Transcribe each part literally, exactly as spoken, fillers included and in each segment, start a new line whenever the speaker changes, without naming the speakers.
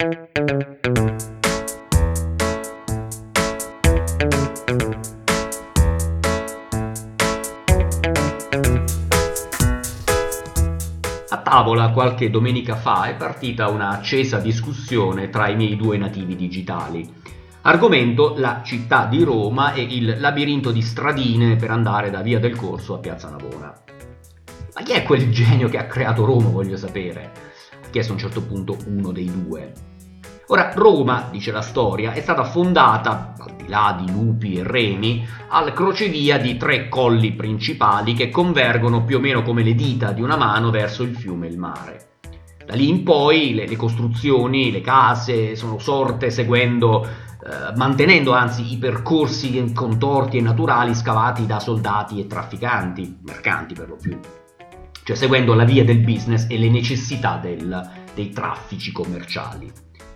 A tavola qualche domenica fa è partita una accesa discussione tra i miei due nativi digitali. Argomento: la città di Roma e il labirinto di stradine per andare da Via del Corso a Piazza Navona. Ma chi è quel genio che ha creato Roma, voglio sapere? Ha chiesto a un certo punto uno dei due. Ora, Roma, dice la storia, è stata fondata, al di là di lupi e remi, al crocevia di tre colli principali che convergono più o meno come le dita di una mano verso il fiume e il mare. Da lì in poi le, le costruzioni, le case sono sorte seguendo, eh, mantenendo anzi i percorsi contorti e naturali scavati da soldati e trafficanti, mercanti per lo più, cioè seguendo la via del business e le necessità del, dei traffici commerciali.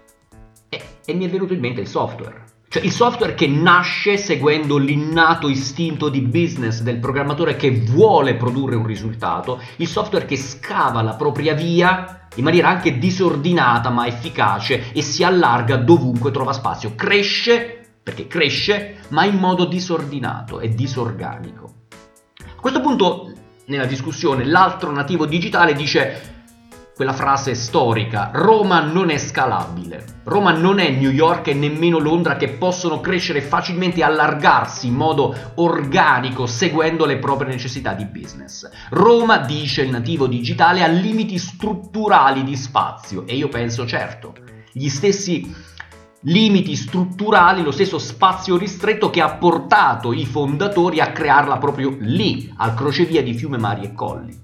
E, e mi è venuto in mente il software. Cioè il software che nasce seguendo l'innato istinto di business del programmatore che vuole produrre un risultato, il software che scava la propria via in maniera anche disordinata ma efficace e si allarga dovunque trova spazio, cresce, perché cresce, ma in modo disordinato e disorganico. A questo punto, nella discussione, l'altro nativo digitale dice quella frase storica: Roma non è scalabile. Roma non è New York e nemmeno Londra, che possono crescere facilmente e allargarsi in modo organico seguendo le proprie necessità di business. Roma, dice il nativo digitale, ha limiti strutturali di spazio, e io penso, certo, gli stessi limiti strutturali, lo stesso spazio ristretto che ha portato i fondatori a crearla proprio lì, al crocevia di fiume, mari e colli.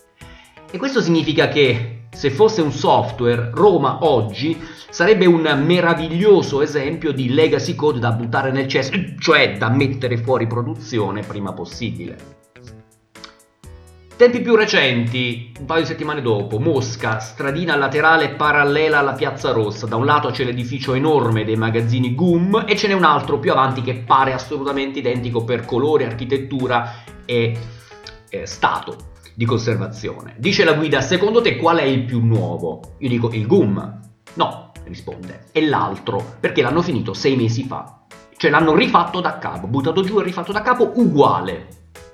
E questo significa che se fosse un software, Roma oggi sarebbe un meraviglioso esempio di legacy code da buttare nel cesso, cioè da mettere fuori produzione prima possibile. Tempi più recenti, un paio di settimane dopo, Mosca, stradina laterale parallela alla Piazza Rossa. Da un lato c'è l'edificio enorme dei magazzini G U M e ce n'è un altro più avanti che pare assolutamente identico per colore, architettura e eh, stato di conservazione. Dice la guida: secondo te qual è il più nuovo? Io dico il G U M. No, risponde, è l'altro, perché l'hanno finito sei mesi fa. Cioè l'hanno rifatto da capo, buttato giù e rifatto da capo uguale.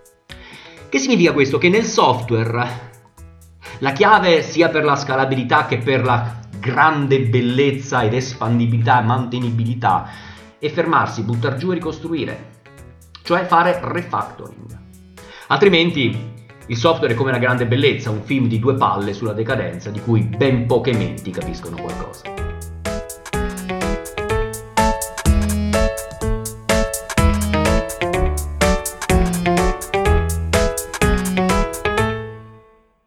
Che significa questo? Che nel software la chiave, sia per la scalabilità che per la grande bellezza ed espandibilità e mantenibilità, è fermarsi, buttar giù e ricostruire, cioè fare refactoring. Altrimenti il software è come una grande bellezza, un film di due palle sulla decadenza di cui ben poche menti capiscono qualcosa.